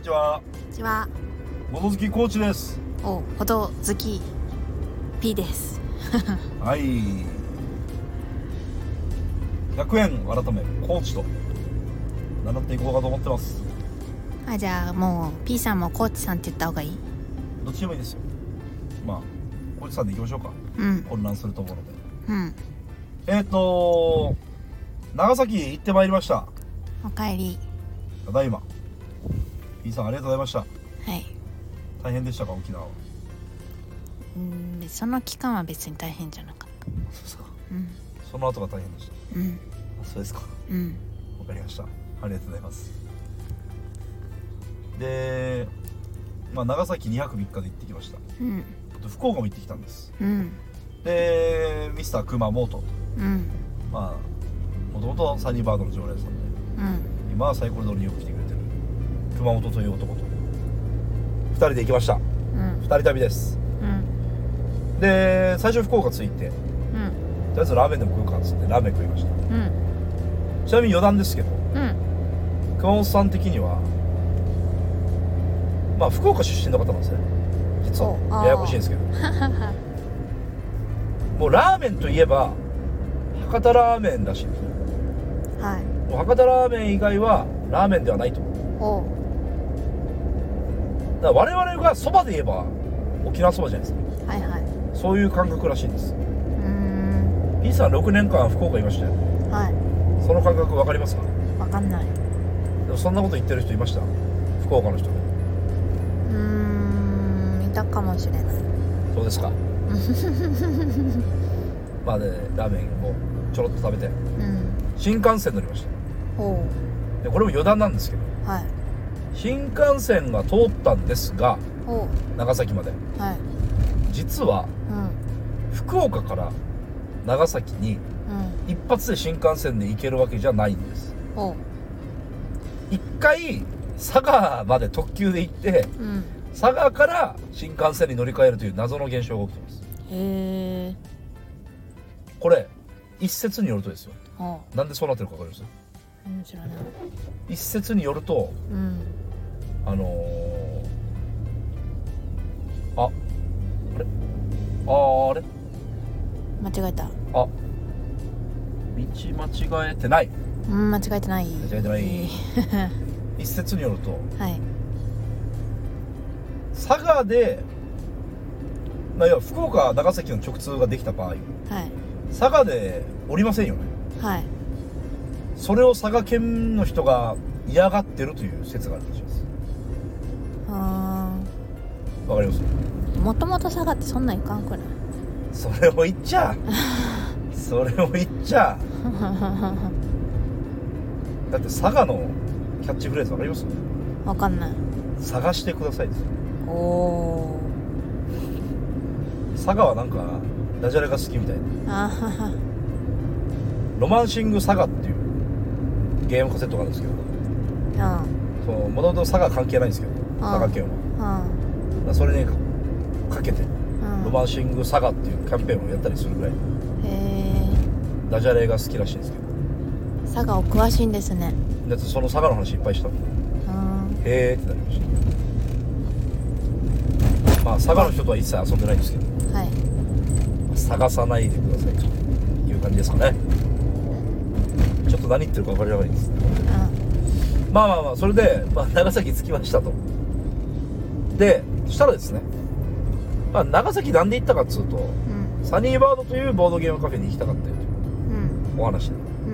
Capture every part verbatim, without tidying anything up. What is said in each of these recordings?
ちは。 こんにちは。 もの好きコーチです。 お、ほど好き P です。 はい。ひゃくえん改めコーチと名乗っていこうかと思ってます。 あ、じゃあもう P さんもコーチさんって言った方がいい？ どっちでもいいですよ。まあコーチさんでいきましょうか。 うん。 混乱すると思うので。 うん。 えっ、ー、と長崎行ってまいりました。 おかえり。 ただいま。P さんありがとうございました。 はい。 大変でしたか、沖縄は？ うん、その期間は別に大変じゃなかった。 そうですか。 うん。 その後が大変でした。 うん。 あ、そうですか。 うん。 わかりました。ありがとうございます。で、まあ長崎にはくみっかで行ってきました。 うん。 あと福岡も行ってきたんです。 うん。 で、ミスター熊本。 うん。 まあもともとサニーバードの常連さんで、 うん。 今はサイコロ通りによく来てくれてる熊本という男とふたりで行きました。 うん。 ふたり旅です。 うん。 で、最初福岡着いて、 うん。 とりあえずラーメンでも食うかっつってラーメン食いました。 うん。 ちなみに余談ですけど、 うん。 熊本さん的にはまあ福岡出身の方なんですね、実は。ややこしいんですけどもうラーメンといえば博多ラーメンらしいんですよ。 はい。 もう博多ラーメン以外はラーメンではないと。 お。 だから我々がそばで言えば沖縄そばじゃないですか。 はいはい。 そういう感覚らしいんです。 うーん。 P さんろくねんかん福岡いましたよ。 はい。 その感覚分かりますか？ わかんない。 でもそんなこと言ってる人いました、福岡の人で。 うーん、いたかもしれない。 そうですかまあね、ラーメンをちょろっと食べて、 うん。 新幹線乗りました。 おう。 でこれも余談なんですけど、 はい。 新幹線が通ったんですが、 おう。 長崎まではい。 実はうん。 福岡から長崎にうん。 一発で新幹線で行けるわけじゃないんです。 おう。 一回佐賀まで特急で行って、 うん。 佐賀から新幹線に乗り換えるという謎の現象が起きてます。 へえ。 これ一説によるとですよ。 おう。 なんでそうなってるか分かります？ うん、知らない。 一説によると、 うん。 あのー、ああれあーあれ間違えた。 あ道間違えてない。 うん、間違えてない。 間違えてない一説によると、 はい。 佐賀で、まあ、要は福岡長崎の直通ができた場合、 はい。 佐賀で降りませんよね。 はい。 それを佐賀県の人が嫌がってるという説があるらしいです。 あわかります？ ー。もともと佐賀ってそんなんいかんくらい。 それを言っちゃそれを言っちゃだって佐賀のキャッチフレーズわかります？ わかんない。 探してくださいですよ。 おお。 佐賀はなんかダジャレが好きみたいな。 あはは。 ロマンシング佐賀っていうゲームカセットがあるんですけど、そうもともと佐賀関係ないんですけど、佐賀県は、 うん。 だからそれにかけて、 うん。 ロマンシング佐賀っていうキャンペーンをやったりするぐらいへえ。 ダジャレが好きらしいんですけど、 佐賀お詳しいんですね。 だってその佐賀の話いっぱいしたんで、 うん。 へーってなりました。まあ佐賀の人とは一切遊んでないんですけど、 はい。 探さないでくださいという感じですかね。ちょっと何言ってるか分かりながらいいです。まあまあまあ、それで、まあ、長崎着きましたと。でそしたらですね、まあ、長崎なんで行ったかっつうと、 うん。 サニーバードというボードゲームカフェに行きたかったよといううん。 お話で、 うん。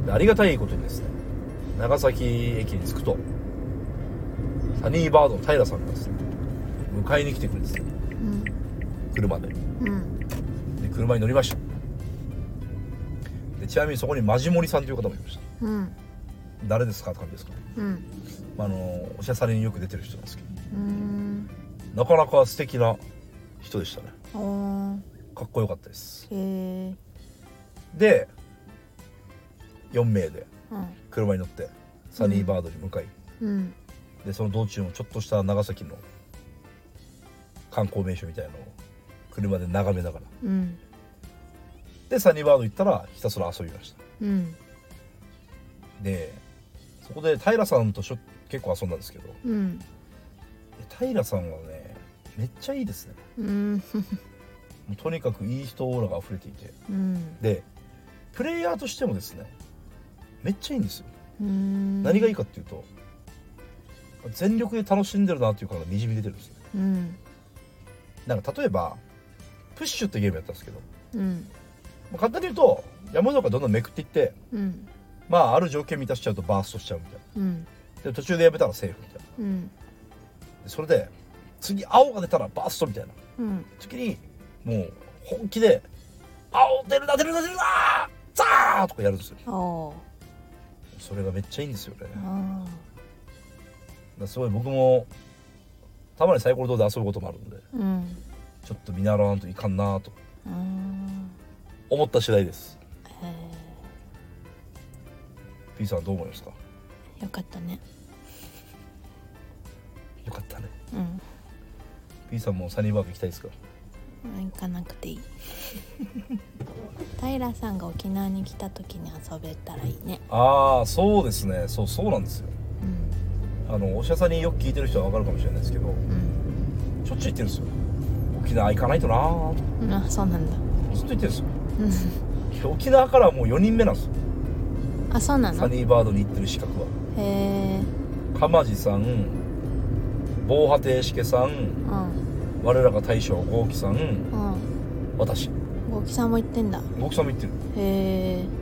でありがたいことにですね、長崎駅に着くとサニーバードの平さんがですね迎えに来てくれてですね、 うん。 車で。 うん。 で車に乗りました。でちなみにそこにマジモリさんという方もいました。 うん。 誰ですかって感じですか？ うん。 まあ、あのおしゃさりによく出てる人なんですけど、 うん。 なかなか素敵な人でしたね。 おー。 かっこよかったです。 へえ。 でよんめいでうん。 車に乗ってサニーバードに向かい、 うん。 でその道中もちょっとした長崎の観光名所みたいなのを車で眺めながら、 うん。 でサニーバード行ったらひたすら遊びました。 うん。 でそこで平さんとしょ結結構遊んだんですけど、 うん平さんはねめっちゃいいですね。 うんもうとにかくいい人オーラが溢れていて、 うんでプレイヤーとしてもですねめっちゃいいんですよ。 うん何がいいかっていうと全力で楽しんでるなっていう感がにじみ出てるんですね。 うんなんか例えばプッシュってゲームやったんですけど、 うんまあ簡単に言うと山の中どんどんめくっていって、 うんまあある条件満たしちゃうとバーストしちゃうみたいな。 うんで途中でやめたらセーフみたいな。 うんでそれで次青が出たらバーストみたいなうん時にもう本気で青出るな出るな出るなザーとかやるんですよ。 おーそれがめっちゃいいんですよね。だかあらすごい僕もたまにサイコロ堂で遊ぶこともあるんで、 ーうんちょっと見習わんといかんなとうん思った次第です。 へ P さんどう思いますか？ えよかったねよかったね。 うん P さんもサニーバーグ行きたいですか？ 行かなくていい平さんが沖縄に来た時に遊べたらいいね。 ああそうですね。そうそうなんですよ。 うんあのお医者さんによく聞いてる人は分かるかもしれないですけど、 うんしょっちゅう言ってるんですよ。沖縄行かないとなーとうんあそうなんだずっと言ってるんですよ。 うんで沖縄からはもうよにんめなんですよ。 あそうなの。 サニーバードに行ってる資格はへえ鎌地さん、防波堤しけさん、 うん我らが大将豪輝さん、 うん私大木さんも行ってんだ。 豪輝さんも行ってる。 へえ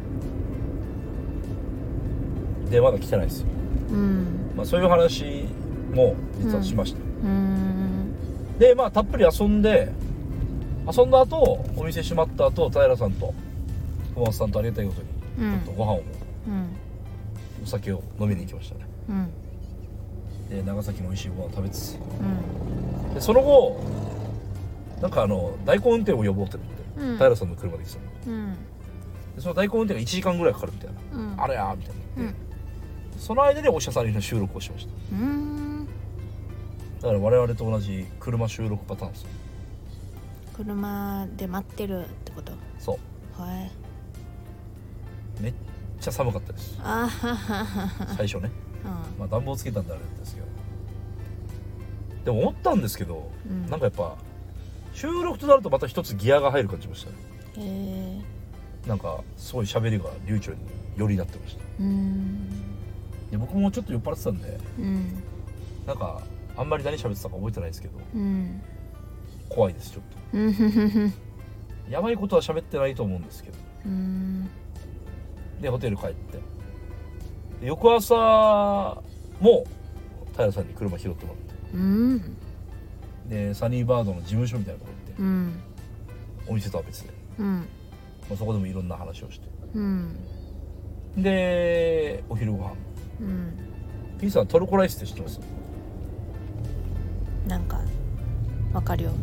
でまだ来てないですよ。 うんまあそういう話も実はしました。 うーんでまあたっぷり遊んで遊んだ後お店閉まった後平さんと小松さんとありがたいことにうんちょっとご飯をうんお酒を飲みに行きましたね。 うんで長崎の美味しいご飯を食べつつうんでその後なんかあの代行運転を呼ぼうって言って、 うん平さんの車で来てたのうんでその代行運転がいちじかんぐらいかかるみたいな、 うんあれやーみたいな、 うんその間でお医者さんの収録をしました。 うーんだから我々と同じ車収録パターンですよ。 車で待ってるってこと。 そうはいめっちゃ寒かったですあははは最初ね。 うまあ暖房つけたんであれですけどでも思ったんですけど、 うんなんかやっぱ収録となるとまた一つギアが入る感じましたね。 んへえなんかすごい喋りが流暢によりになってました。 うーんで僕もちょっと酔っ払ってたんでうんなんかあんまり何喋ってたか覚えてないですけどうん怖いですちょっうんふふふと。やばいことは喋ってないと思うんですけどうんでホテル帰ってで翌朝も平さんに車拾ってもらってうんでサニーバードの事務所みたいなとこ行ってうんお店とは別で、 うんまあ、そこでもいろんな話をしてうんでお昼ご飯うん P さんトルコライスって知ってます？ なんかわかるよ。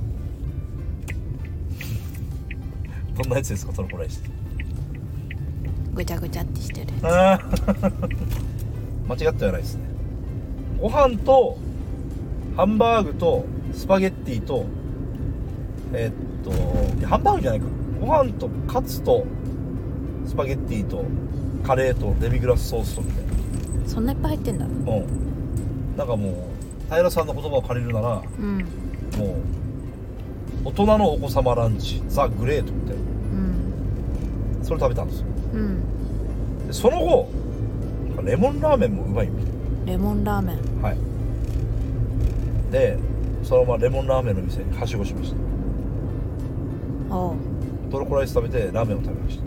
どんなやつですかトルコライスって？ ぐちゃぐちゃってしてる。 あー間違ってはないですね。ご飯とハンバーグとスパゲッティとえーっといやハンバーグじゃないかご飯とカツとスパゲッティとカレーとデミグラスソースとみたいな。 そんないっぱい入ってんだ。 うんなんかもう平さんの言葉を借りるならうんもう大人のお子様ランチザ・グレートみたいなうんそれ食べたんですよ。 うんでその後レモンラーメンもうまいみたいレモンラーメン。 な。はいでそのままレモンラーメンの店にはしごしました。 おうトルコライス食べてラーメンを食べました。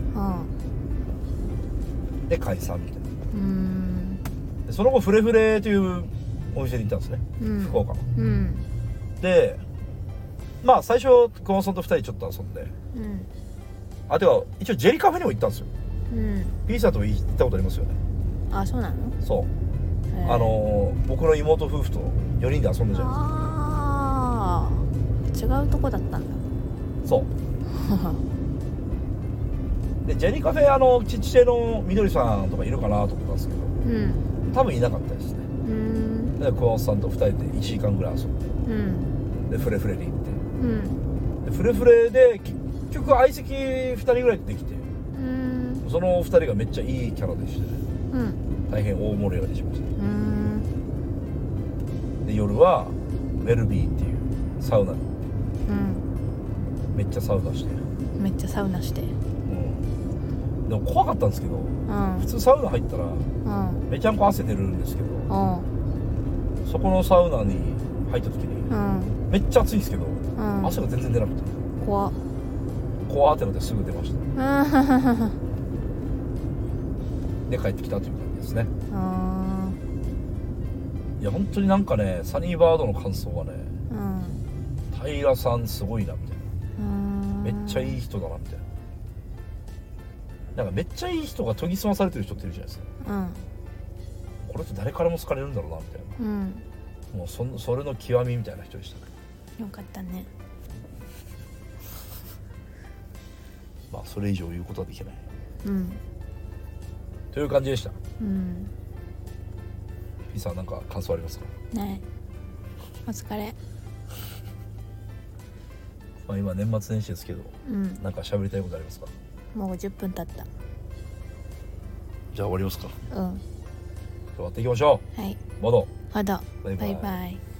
うんで解散みたいな。 うんでその後フレフレというお店に行ったんですね、 うん福岡の。 うんでまあ最初熊本さんとふたりちょっと遊んでうんあてか一応ジェリカフェにも行ったんですよ。 うん P さんとも行ったことありますよね。 あそうなの。 そうへーあのー、僕の妹夫婦とよにんで遊んだじゃないですか。 あー違うとこだったんだ。 そうでジェリカフェあのちっちゃいのみどりさんとかいるかなと思ったんですけどうん多分いなかったですね。 うんで熊本さんとふたりでいちじかんぐらい遊んでうんでフレフレに行ってうんでフレフレで結局相席ふたりぐらいできてうんそのふたりがめっちゃいいキャラでして、ね、 うん大変大盛り上がりしました。 うんで夜はウェルビーっていうサウナにうんめっちゃサウナして、 めっちゃサウナして、 うん、でも怖かったんですけど、 うん普通サウナ入ったらうんめちゃんこ汗出るんですけど、 うんそこのサウナに入った時にうんめっちゃ暑いんですけど、 うん汗が全然出なくて怖っ怖ってなってすぐ出ました。 うんで帰ってきたという感じですね。 あいや本当になんかねサニーバードの感想がね、 ーうん平さんすごいなみたいうんな、めっちゃいい人だなみたいな、なんかめっちゃいい人が研ぎ澄まされてる人っているじゃないですか。 うんこれって誰からも好かれるんだろうなみたいな、 うんもう そ, それの極みみたいな人でしたね。 よかったね。 まあそれ以上言うことはできないうんという感じでした。 うん Pさんなんか感想ありますか？ ない。お疲れ。 まあ今年末年始ですけど、 うんなんか喋りたいことありますか？ もうごじゅっぷん経った。 じゃあ終わりますか。 うん終わっていきましょう。 はいボドほどバイバイバイバイ。